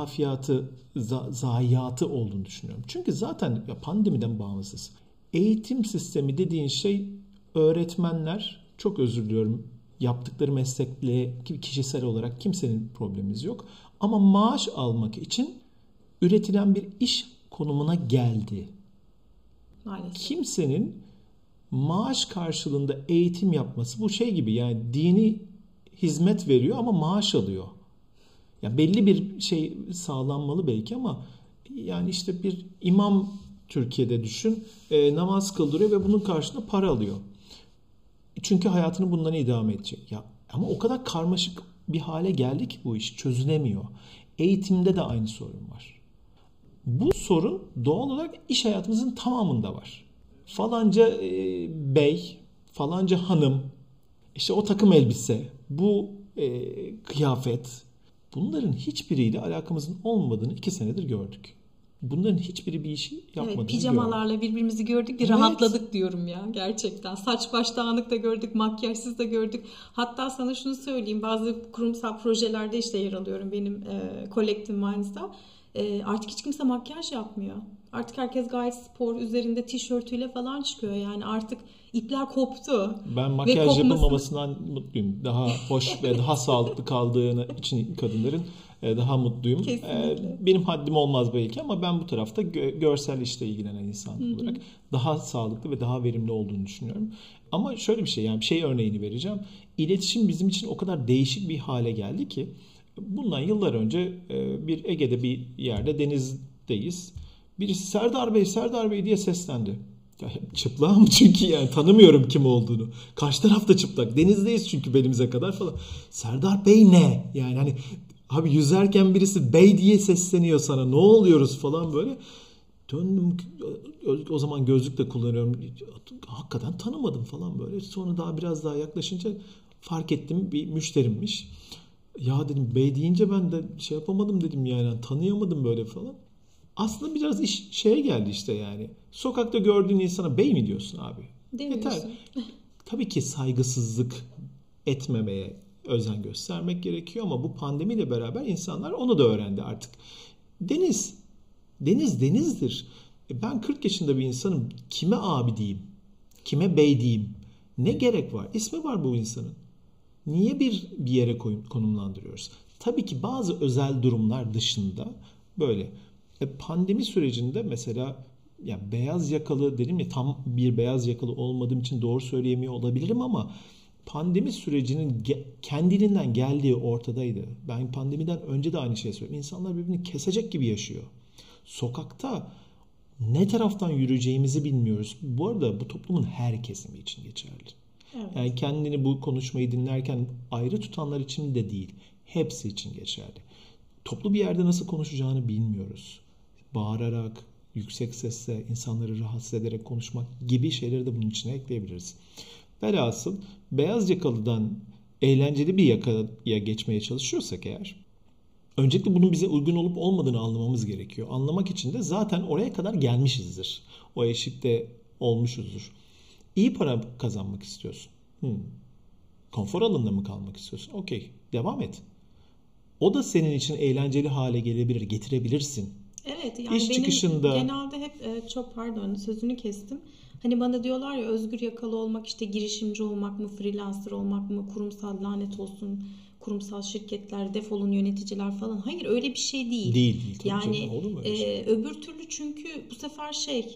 zayiatı olduğunu düşünüyorum. Çünkü zaten pandemiden bağımsız. Eğitim sistemi dediğin şey, öğretmenler, çok özür diliyorum, yaptıkları meslekle kişisel olarak kimsenin problemimiz yok. Ama maaş almak için üretilen bir iş konumuna geldi. Maalesef. Kimsenin maaş karşılığında eğitim yapması bu şey gibi, yani dini hizmet veriyor ama maaş alıyor. Yani belli bir şey sağlanmalı belki ama yani işte bir imam Türkiye'de düşün, namaz kıldırıyor ve bunun karşılığında para alıyor. Çünkü hayatını bundan idame edecek. Ya ama o kadar karmaşık bir hale geldi ki bu iş çözülemiyor. Eğitimde de aynı sorun var. Bu sorun doğal olarak iş hayatımızın tamamında var. Falanca bey, falanca hanım, işte o takım elbise, bu kıyafet, bunların hiçbiriyle alakamızın olmadığını 2 senedir gördük. Bunların hiçbiri bir işi yapmadığını Evet, pijamalarla gördük. birbirimizi gördük, bir rahatladık diyorum ya gerçekten. Saç baş dağınık da gördük, makyajsız da gördük. Hatta sana şunu söyleyeyim, bazı kurumsal projelerde işte yer alıyorum benim Collective Minds'da. Artık hiç kimse makyaj yapmıyor. Artık herkes gayet spor üzerinde tişörtüyle falan çıkıyor. Yani artık ipler koptu. Ben makyaj yapılmamasından mutluyum. Daha hoş ve daha sağlıklı kaldığını için kadınların daha mutluyum. Benim haddim olmaz belki ama ben bu tarafta görsel işle ilgilenen insan olarak daha sağlıklı ve daha verimli olduğunu düşünüyorum. Ama şöyle bir şey, yani bir şey örneğini vereceğim. İletişim bizim için o kadar değişik bir hale geldi ki bundan yıllar önce bir Ege'de bir yerde denizdeyiz. Birisi Serdar Bey, Serdar Bey diye seslendi. Ya, çıplağım çünkü yani tanımıyorum kim olduğunu. Karşı tarafta çıplak. Denizdeyiz çünkü belimize kadar falan. Serdar Bey ne? Yani hani abi yüzerken birisi bey diye sesleniyor sana. Ne oluyoruz falan böyle. Döndüm, o zaman gözlük de kullanıyorum. Hakikaten tanımadım falan böyle. Sonra daha biraz daha yaklaşınca fark ettim bir müşterimmiş. Ya dedim bey deyince ben de şey yapamadım dedim yani tanıyamadım böyle falan. Aslında biraz iş şeye geldi işte yani. Sokakta gördüğün insana bey mi diyorsun abi? Demiyorsun. Yeter. Tabii ki saygısızlık etmemeye özen göstermek gerekiyor ama bu pandemiyle beraber insanlar onu da öğrendi artık. Deniz denizdir. Ben 40 yaşında bir insanım. Kime abi diyeyim? Kime bey diyeyim? Ne gerek var? İsmi var bu insanın. Niye bir yere konumlandırıyoruz? Tabii ki bazı özel durumlar dışında böyle. Pandemi sürecinde mesela ya beyaz yakalı dedim ya tam bir beyaz yakalı olmadığım için doğru söyleyemiyor olabilirim ama pandemi sürecinin kendiliğinden geldiği ortadaydı. Ben pandemiden önce de aynı şeyi söylüyorum. İnsanlar birbirini kesecek gibi yaşıyor. Sokakta ne taraftan yürüyeceğimizi bilmiyoruz. Bu arada bu toplumun her kesimi için geçerli. Evet. Yani kendini bu konuşmayı dinlerken ayrı tutanlar için de değil. Hepsi için geçerli. Toplu bir yerde nasıl konuşacağını bilmiyoruz. Bağırarak, yüksek sesle, insanları rahatsız ederek konuşmak gibi şeyleri de bunun içine ekleyebiliriz. Velhasıl beyaz yakalıdan eğlenceli bir yakaya geçmeye çalışıyorsak eğer, öncelikle bunun bize uygun olup olmadığını anlamamız gerekiyor. Anlamak için de zaten oraya kadar gelmişizdir. O eşikte olmuşuzdur. İyi para kazanmak istiyorsun. Konfor alanında mı kalmak istiyorsun? Okey, devam et. O da senin için eğlenceli hale gelebilir, getirebilirsin. Evet, yani İş benim çıkışında genelde hep çok pardon sözünü kestim. Hani bana diyorlar ya özgür yakalı olmak işte girişimci olmak mı, freelancer olmak mı, kurumsal lanet olsun, kurumsal şirketler, defolun yöneticiler falan. Hayır öyle bir şey değil. Değil. Yani canım, olur mu öyle şey? öbür türlü çünkü bu sefer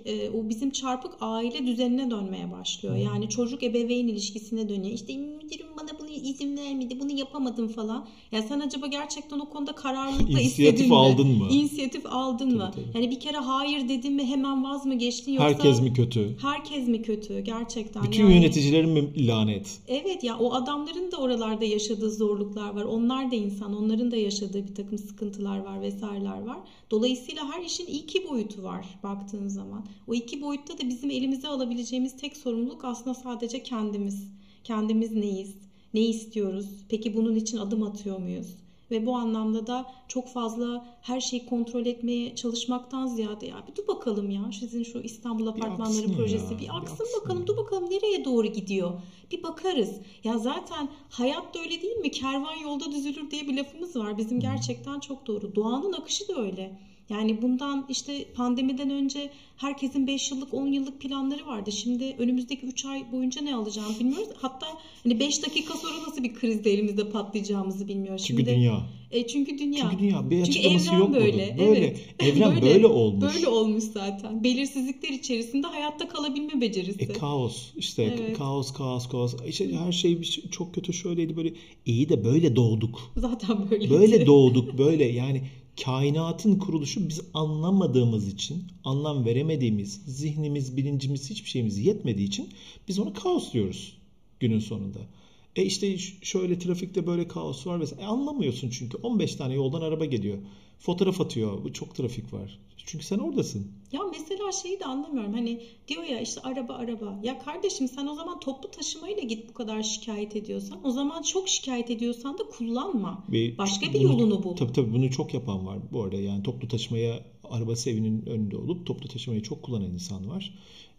o bizim çarpık aile düzenine dönmeye başlıyor. Yani çocuk ebeveyn ilişkisine dönüyor. İşte müdürüm bana bunu izin vermedi, bunu yapamadım falan. Ya sen acaba gerçekten o konuda kararlılıkla İnisiyatif istedin mi? aldın mı? İnisiyatif aldın mı? Tabii. Yani bir kere hayır dedin mi hemen vaz mı geçtin yoksa Herkes mi kötü? herkes mi kötü gerçekten? Bütün yani, yöneticilerin mi lanet? Evet ya o adamların da oralarda yaşadığı zorluklar var. Onlar da insan, onların da yaşadığı bir takım sıkıntılar var vesaireler var. Dolayısıyla her işin iki boyutu var baktığın zaman. O iki boyutta da bizim elimize alabileceğimiz tek sorumluluk aslında sadece kendimiz. Kendimiz neyiz? Ne istiyoruz? Peki bunun için adım atıyor muyuz? Ve bu anlamda da çok fazla her şeyi kontrol etmeye çalışmaktan ziyade ya bir dur bakalım ya sizin şu İstanbul Apartmanları projesi bir aksın bakalım dur bakalım nereye doğru gidiyor bir bakarız. Ya zaten hayat da öyle değil mi? Kervan yolda düzülür diye bir lafımız var. Bizim gerçekten çok doğru. Doğanın akışı da öyle. Yani bundan işte pandemiden önce herkesin 5 yıllık 10 yıllık planları vardı. Şimdi önümüzdeki 3 ay boyunca ne alacağımızı bilmiyoruz. Hatta hani 5 dakika sonra nasıl bir krizde elimizde patlayacağımızı bilmiyoruz. Çünkü dünya. Çünkü dünya. Çünkü dünya. Bir Çünkü açıklaması evren yok böyle. Böyle. Evet. Evren böyle olmuş. Böyle olmuş zaten. Belirsizlikler içerisinde hayatta kalabilme becerisi. Kaos. İşte Evet. kaos. İşte her şey çok kötü şöyleydi böyle. İyi de böyle doğduk. Zaten böyleydi. Böyle doğduk böyle yani kainatın kuruluşu biz anlamadığımız için, anlam veremediğimiz, zihnimiz, bilincimiz hiçbir şeyimiz yetmediği için biz onu kaos diyoruz günün sonunda. İşte şöyle trafikte böyle kaos var vesaire. Anlamıyorsun çünkü 15 tane yoldan araba geliyor. Fotoğraf atıyor. Bu çok trafik var. Çünkü sen oradasın. Ya mesela şeyi de anlamıyorum. Hani diyor ya işte araba. Ya kardeşim sen o zaman toplu taşımayla git bu kadar şikayet ediyorsan. O zaman çok şikayet ediyorsan da kullanma. Başka bir yolunu bul. Tabii bunu çok yapan var bu arada. Yani toplu taşımaya arabası evinin önünde olup toplu taşımayı çok kullanan insan var.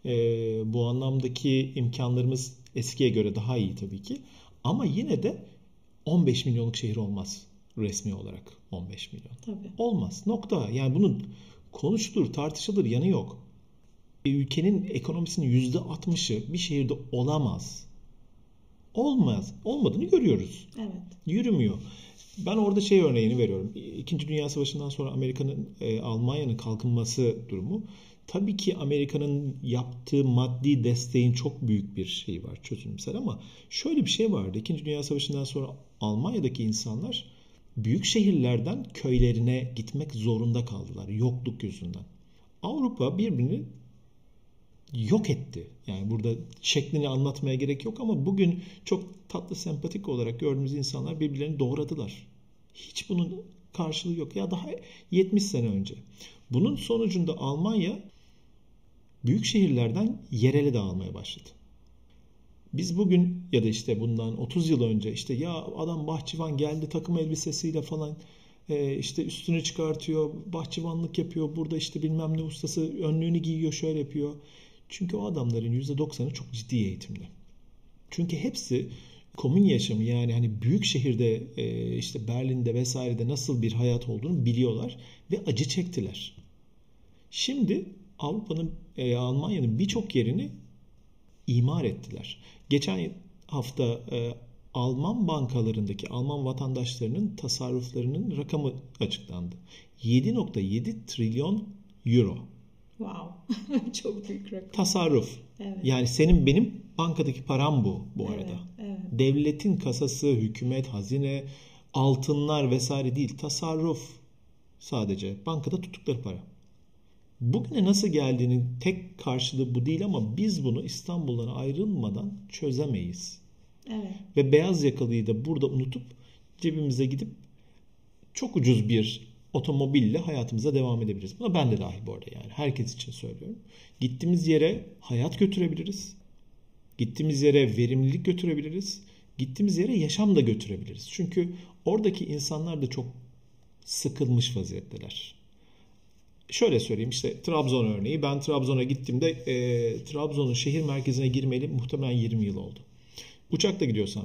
Bu anlamdaki imkanlarımız eskiye göre daha iyi tabii ki. Ama yine de 15 milyonluk şehir olmaz resmi olarak 15 milyon. Tabii. Olmaz. Nokta. Yani bunun konuşulur, tartışılır yanı yok. Ülkenin ekonomisinin %60'ı bir şehirde olamaz. Olmaz. Olmadığını görüyoruz. Evet. Yürümüyor. Ben orada örneğini veriyorum. İkinci Dünya Savaşı'ndan sonra Almanya'nın kalkınması durumu. Tabii ki Amerika'nın yaptığı maddi desteğin çok büyük bir şeyi var, çözümsel ama şöyle bir şey vardı. İkinci Dünya Savaşı'ndan sonra Almanya'daki insanlar büyük şehirlerden köylerine gitmek zorunda kaldılar yokluk yüzünden. Avrupa birbirini yok etti. Yani burada şeklini anlatmaya gerek yok ama bugün çok tatlı, sempatik olarak gördüğümüz insanlar birbirlerini doğradılar. Hiç bunun karşılığı yok. Ya daha 70 sene önce. Bunun sonucunda Almanya büyük şehirlerden yerele dağılmaya başladı. Biz bugün ya da işte bundan 30 yıl önce işte ya adam bahçıvan geldi takım elbisesiyle falan işte üstünü çıkartıyor, bahçıvanlık yapıyor, burada işte bilmem ne ustası önlüğünü giyiyor, şöyle yapıyor. Çünkü o adamların %90'ı çok ciddi eğitimli. Çünkü hepsi komün yaşamı, yani hani büyük şehirde işte Berlin'de vesairede nasıl bir hayat olduğunu biliyorlar ve acı çektiler. Şimdi Avrupa'nın, Almanya'nın birçok yerini imar ettiler. Geçen hafta Alman bankalarındaki Alman vatandaşlarının tasarruflarının rakamı açıklandı. 7,7 trilyon euro. Wow. Çok büyük rakam. Tasarruf. Evet. Yani senin benim bankadaki param bu arada. Evet. Devletin kasası, hükümet, hazine, altınlar vesaire değil. Tasarruf sadece. Bankada tuttukları para. Bugüne nasıl geldiğinin tek karşılığı bu değil ama biz bunu İstanbul'dan ayrılmadan çözemeyiz. Evet. Ve beyaz yakalıyı da burada unutup cebimize gidip çok ucuz bir otomobille hayatımıza devam edebiliriz. Buna ben de dahil bu arada, yani herkes için söylüyorum. Gittiğimiz yere hayat götürebiliriz. Gittiğimiz yere verimlilik götürebiliriz. Gittiğimiz yere yaşam da götürebiliriz. Çünkü oradaki insanlar da çok sıkılmış vaziyetteler. Şöyle söyleyeyim, işte Trabzon örneği. Ben Trabzon'a gittiğimde Trabzon'un şehir merkezine girmeli muhtemelen 20 yıl oldu. Uçakla gidiyorsam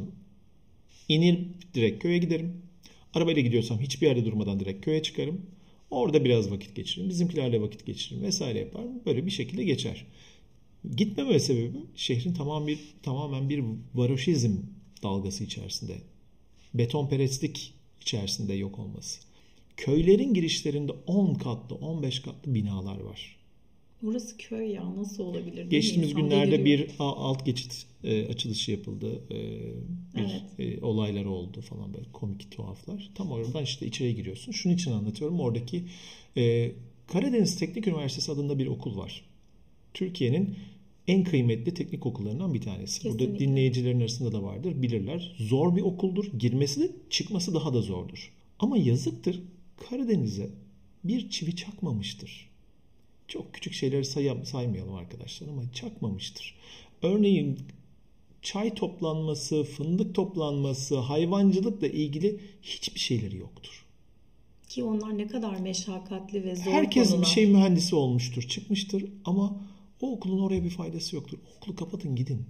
inir direkt köye giderim. Arabayla gidiyorsam hiçbir yerde durmadan direkt köye çıkarım. Orada biraz vakit geçiririm. Bizimkilerle vakit geçiririm vesaire yaparım. Böyle bir şekilde geçer. Gitmeme sebebim şehrin tamamen bir varoşizm dalgası içerisinde. Betonperestlik içerisinde yok olması. Köylerin girişlerinde 10 katlı, 15 katlı binalar var. Burası köy ya, nasıl olabilir? Geçtiğimiz günlerde bir alt geçit açılışı yapıldı. Olaylar oldu falan, böyle komik tuhaflar. Tam oradan işte içeri giriyorsun. Şunun için anlatıyorum. Oradaki Karadeniz Teknik Üniversitesi adında bir okul var. Türkiye'nin en kıymetli teknik okullarından bir tanesi. Kesinlikle. Burada dinleyicilerin arasında da vardır, bilirler. Zor bir okuldur. Girmesi de çıkması daha da zordur. Ama yazıktır, Karadeniz'e bir çivi çakmamıştır. Çok küçük şeyleri saymayalım arkadaşlar ama çakmamıştır. Örneğin çay toplanması, fındık toplanması, hayvancılıkla ilgili hiçbir şeyleri yoktur. Ki onlar ne kadar meşakkatli ve zor Herkes konular. bir şey mühendisi olmuştur, çıkmıştır ama o okulun oraya bir faydası yoktur. Okulu kapatın, gidin.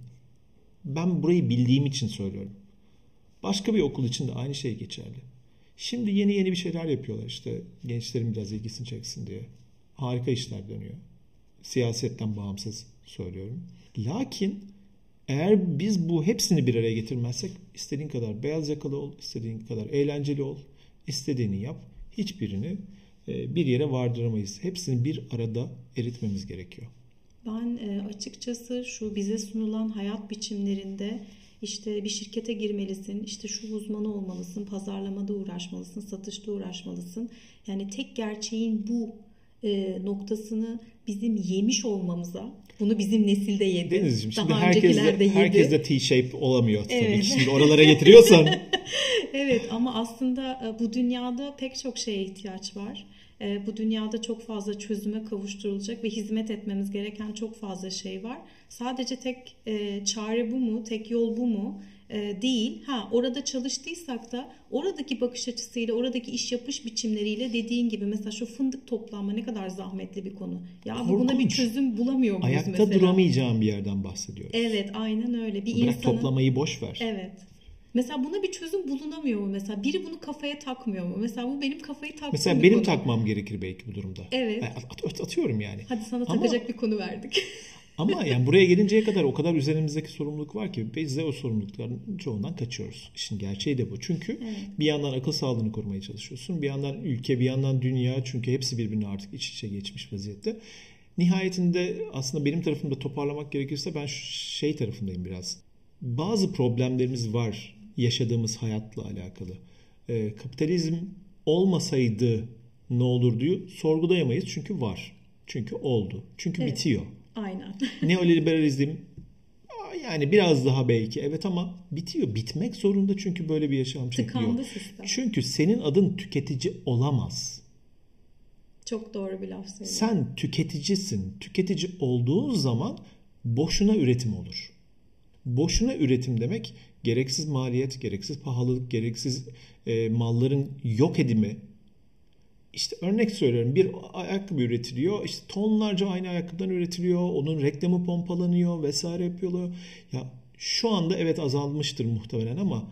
Ben burayı bildiğim için söylüyorum. Başka bir okul için de aynı şey geçerli. Şimdi yeni bir şeyler yapıyorlar, işte gençlerin biraz ilgisini çeksin diye. Harika işler dönüyor. Siyasetten bağımsız söylüyorum. Lakin eğer biz bu hepsini bir araya getirmezsek, istediğin kadar beyaz yakalı ol, istediğin kadar eğlenceli ol, istediğini yap, hiçbirini bir yere vardıramayız. Hepsini bir arada eritmemiz gerekiyor. Ben açıkçası şu bize sunulan hayat biçimlerinde işte bir şirkete girmelisin, işte şu uzmanı olmalısın, pazarlamada uğraşmalısın, satışta uğraşmalısın. Yani tek gerçeğin bu noktasını bizim yemiş olmamıza, bunu bizim nesilde yedi. Denizciğim, şimdi daha öncekiler de yedi. herkes de T-shape olamıyor tabii. Evet. Şimdi oralara getiriyorsan. Evet, ama aslında bu dünyada pek çok şeye ihtiyaç var. Bu dünyada çok fazla çözüme kavuşturulacak ve hizmet etmemiz gereken çok fazla şey var. Sadece tek çare bu mu, tek yol bu mu? Değil. Orada çalıştıysak da oradaki bakış açısıyla, oradaki iş yapış biçimleriyle, dediğin gibi mesela şu fındık toplanma ne kadar zahmetli bir konu. Ya Korkunç. buna bir çözüm bulamıyor muyuz Ayakta mesela? duramayacağım bir yerden bahsediyoruz. Evet, aynen öyle. Bırak toplamayı boş ver. Evet. Mesela buna bir çözüm bulunamıyor mu mesela? Biri bunu kafaya takmıyor mu? Mesela bu benim kafayı taktığım mesela bir benim konu. takmam gerekir belki bu durumda. Evet. Atıyorum yani. Hadi sana takacak bir konu verdik. Ama yani buraya gelinceye kadar o kadar üzerimizdeki sorumluluk var ki biz de o sorumlulukların çoğundan kaçıyoruz. İşin gerçeği de bu. Çünkü bir yandan akıl sağlığını korumaya çalışıyorsun. Bir yandan ülke, bir yandan dünya. Çünkü hepsi birbirine artık iç içe geçmiş vaziyette. Nihayetinde aslında benim tarafımda toparlamak gerekirse ben şey tarafındayım biraz. Bazı problemlerimiz var yaşadığımız hayatla alakalı. Kapitalizm olmasaydı ne olur diyor, sorgulayamayız çünkü var. Çünkü oldu. Çünkü Evet. bitiyor. Aynen. Neoliberalizm yani biraz daha belki evet ama bitiyor. Bitmek zorunda çünkü böyle bir yaşam şekli yok. Tıkandı sistem. Çünkü senin adın tüketici olamaz. Çok doğru bir laf söyledin. Sen tüketicisin. Tüketici olduğun zaman boşuna üretim olur. Boşuna üretim demek gereksiz maliyet, gereksiz pahalılık, gereksiz malların yok edimi. İşte örnek söylüyorum, bir ayakkabı üretiliyor, işte tonlarca aynı ayakkabıdan üretiliyor, onun reklamı pompalanıyor vesaire yapıyorlar. Ya şu anda evet azalmıştır muhtemelen ama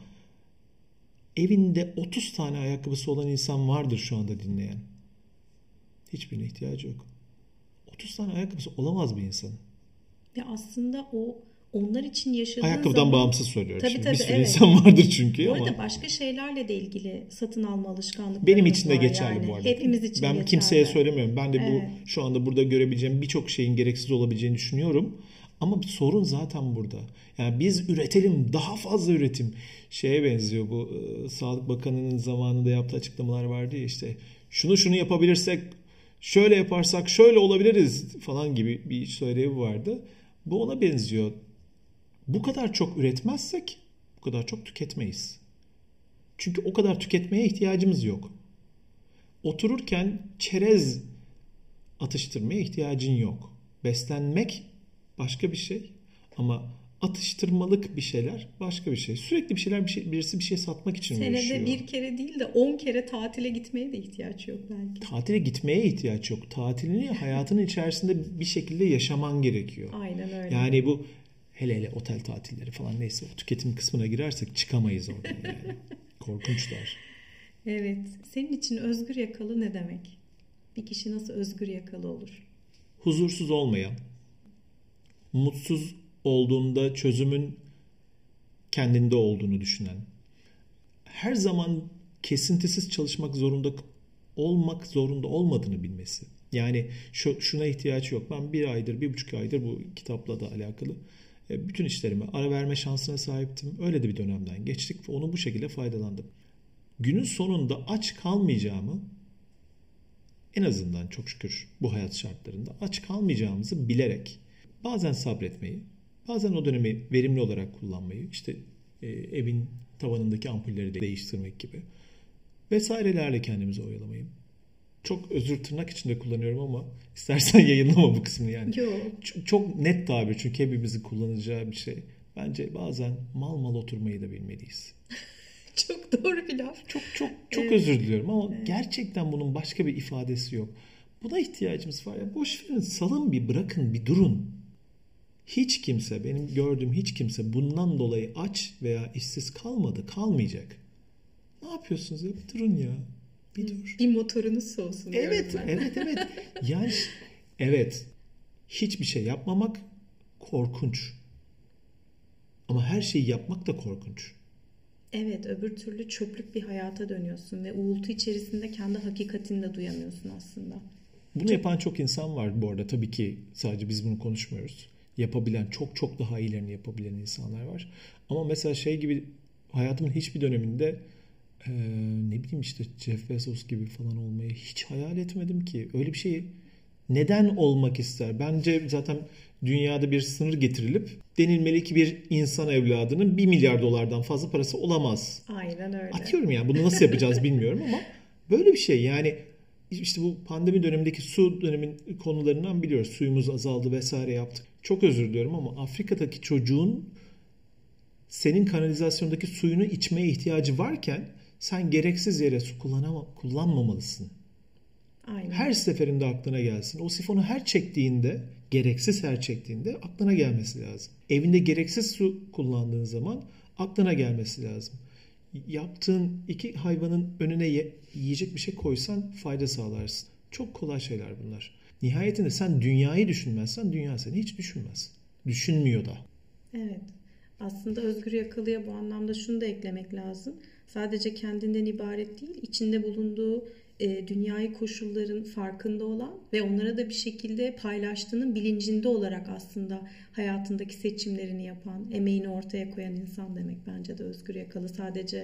evinde 30 tane ayakkabısı olan insan vardır şu anda dinleyen. Hiçbirine ihtiyacı yok. 30 tane ayakkabısı olamaz bir insan. Ya aslında onlar için yaşadığı Ayakkabıdan zaman... bağımsız söylüyorum. Tabii, Şimdi tabii, bir sürü evet. insan vardır çünkü Bu ama. arada başka şeylerle de ilgili satın alma alışkanlıklarımız Benim için de var geçerli yani. bu arada. Hepimiz için Ben geçerli. kimseye söylemiyorum. Ben de Evet. bu şu anda burada görebileceğim birçok şeyin gereksiz olabileceğini düşünüyorum. Ama sorun zaten burada. Yani biz üretelim, daha fazla üretim. Şeye benziyor bu Sağlık Bakanı'nın zamanında yaptığı açıklamalar vardı ya işte şunu yapabilirsek, şöyle yaparsak şöyle olabiliriz falan gibi bir söylevi vardı. Bu ona benziyor. Bu kadar çok üretmezsek bu kadar çok tüketmeyiz. Çünkü o kadar tüketmeye ihtiyacımız yok. Otururken çerez atıştırmaya ihtiyacın yok. Beslenmek başka bir şey ama atıştırmalık bir şeyler başka bir şey. Sürekli birisi bir şey satmak için uğraşıyor. Senede bir kere değil de 10 kere tatile gitmeye de ihtiyaç yok belki. Tatile gitmeye ihtiyaç yok. Tatilini hayatının içerisinde bir şekilde yaşaman gerekiyor. Aynen öyle. Yani bu hele otel tatilleri falan neyse o tüketim kısmına girersek çıkamayız oradan yani. Korkunçlar. Evet. Senin için özgür yakalı ne demek? Bir kişi nasıl özgür yakalı olur? Huzursuz olmayan, mutsuz olduğunda çözümün kendinde olduğunu düşünen, her zaman kesintisiz çalışmak zorunda olmadığını bilmesi. Yani şuna ihtiyaç yok. Ben 1,5 aydır bu kitapla da alakalı bütün işlerime ara verme şansına sahiptim. Öyle de bir dönemden geçtik ve onu bu şekilde faydalandım. Günün sonunda aç kalmayacağımı, en azından çok şükür bu hayat şartlarında aç kalmayacağımızı bilerek bazen sabretmeyi, bazen o dönemi verimli olarak kullanmayı, işte evin tavanındaki ampulleri değiştirmek gibi vesairelerle kendimizi oyalamayı. Çok özür tırnak içinde kullanıyorum ama istersen yayınlama bu kısmını yani. Yok. Çok net tabir çünkü hepimizin kullanacağı bir şey. Bence bazen mal oturmayı da bilmeliyiz. Çok doğru bir laf. Çok Evet. özür diliyorum ama gerçekten bunun başka bir ifadesi yok. Buna ihtiyacımız var ya. Boş verin, salın bir, bırakın bir, durun. Hiç kimse, benim gördüğüm hiç kimse bundan dolayı aç veya işsiz kalmayacak. Ne yapıyorsunuz ya? Bir durun ya. Bir dur. Bir motorunuz soğusun. Evet. Yani evet. Hiçbir şey yapmamak korkunç. Ama her şeyi yapmak da korkunç. Evet, öbür türlü çöplük bir hayata dönüyorsun ve uğultu içerisinde kendi hakikatini de duyamıyorsun aslında. Bunu yapan çok insan var bu arada. Tabii ki sadece biz bunu konuşmuyoruz. Yapabilen, çok daha iyilerini yapabilen insanlar var. Ama mesela şey gibi hayatımın hiçbir döneminde ne bileyim işte Jeff Bezos gibi falan olmayı hiç hayal etmedim ki. Öyle bir şey neden olmak ister? Bence zaten dünyada bir sınır getirilip denilmeli ki bir insan evladının 1 milyar dolardan fazla parası olamaz. Aynen öyle. Atıyorum yani bunu nasıl yapacağız bilmiyorum ama böyle bir şey yani işte bu pandemi dönemindeki su dönemin konularından biliyoruz. Suyumuz azaldı vesaire yaptık. Çok özür diliyorum ama Afrika'daki çocuğun senin kanalizasyondaki suyunu içmeye ihtiyacı varken sen gereksiz yere su kullanmamalısın. Aynen. Her seferinde aklına gelsin. O sifonu gereksiz her çektiğinde aklına gelmesi lazım. Evinde gereksiz su kullandığın zaman aklına gelmesi lazım. Yaptığın 2 hayvanın önüne yiyecek bir şey koysan fayda sağlarsın. Çok kolay şeyler bunlar. Nihayetinde sen dünyayı düşünmezsen dünya seni hiç düşünmez. Düşünmüyor da. Evet. Aslında özgür yakalıya bu anlamda şunu da eklemek lazım. Sadece kendinden ibaret değil, içinde bulunduğu dünyayı koşulların farkında olan ve onlara da bir şekilde paylaştığının bilincinde olarak aslında hayatındaki seçimlerini yapan, emeğini ortaya koyan insan demek bence de özgür yakalı. Sadece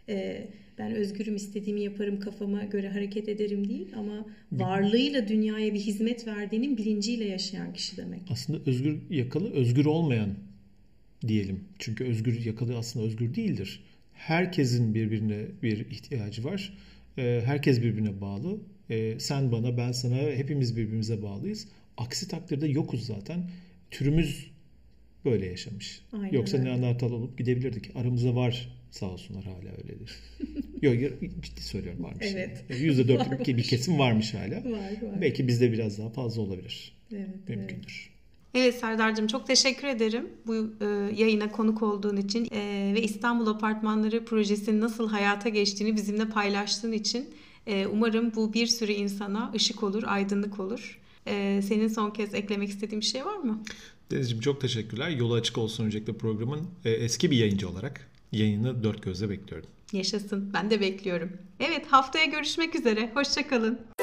Ben özgürüm, istediğimi yaparım, kafama göre hareket ederim değil ama varlığıyla dünyaya bir hizmet verdiğinin bilinciyle yaşayan kişi demek. Aslında özgür yakalı, özgür olmayan diyelim. Çünkü özgür yakalı aslında özgür değildir. Herkesin birbirine bir ihtiyacı var. Herkes birbirine bağlı. Sen bana, ben sana, hepimiz birbirimize bağlıyız. Aksi takdirde yokuz zaten. Türümüz böyle yaşamış. Aynen Yoksa öyle. Neandertal olup gidebilirdik. Aramızda var, sağ olsunlar, hala öyledir. Yok, ciddi söylüyorum, varmış. Evet. %4'lük bir kesim varmış hala. Var. Belki bizde biraz daha fazla olabilir. Evet, Mümkündür. Evet Serdar'cığım, çok teşekkür ederim bu yayına konuk olduğun için ve İstanbul Apartmanları projesinin nasıl hayata geçtiğini bizimle paylaştığın için. Umarım bu bir sürü insana ışık olur, aydınlık olur. Senin son kez eklemek istediğin bir şey var mı? Denizciğim, çok teşekkürler. Yolu açık olsun öncelikle programın. Eski bir yayıncı olarak yayını dört gözle bekliyorum. Yaşasın, ben de bekliyorum. Evet, haftaya görüşmek üzere. Hoşça kalın.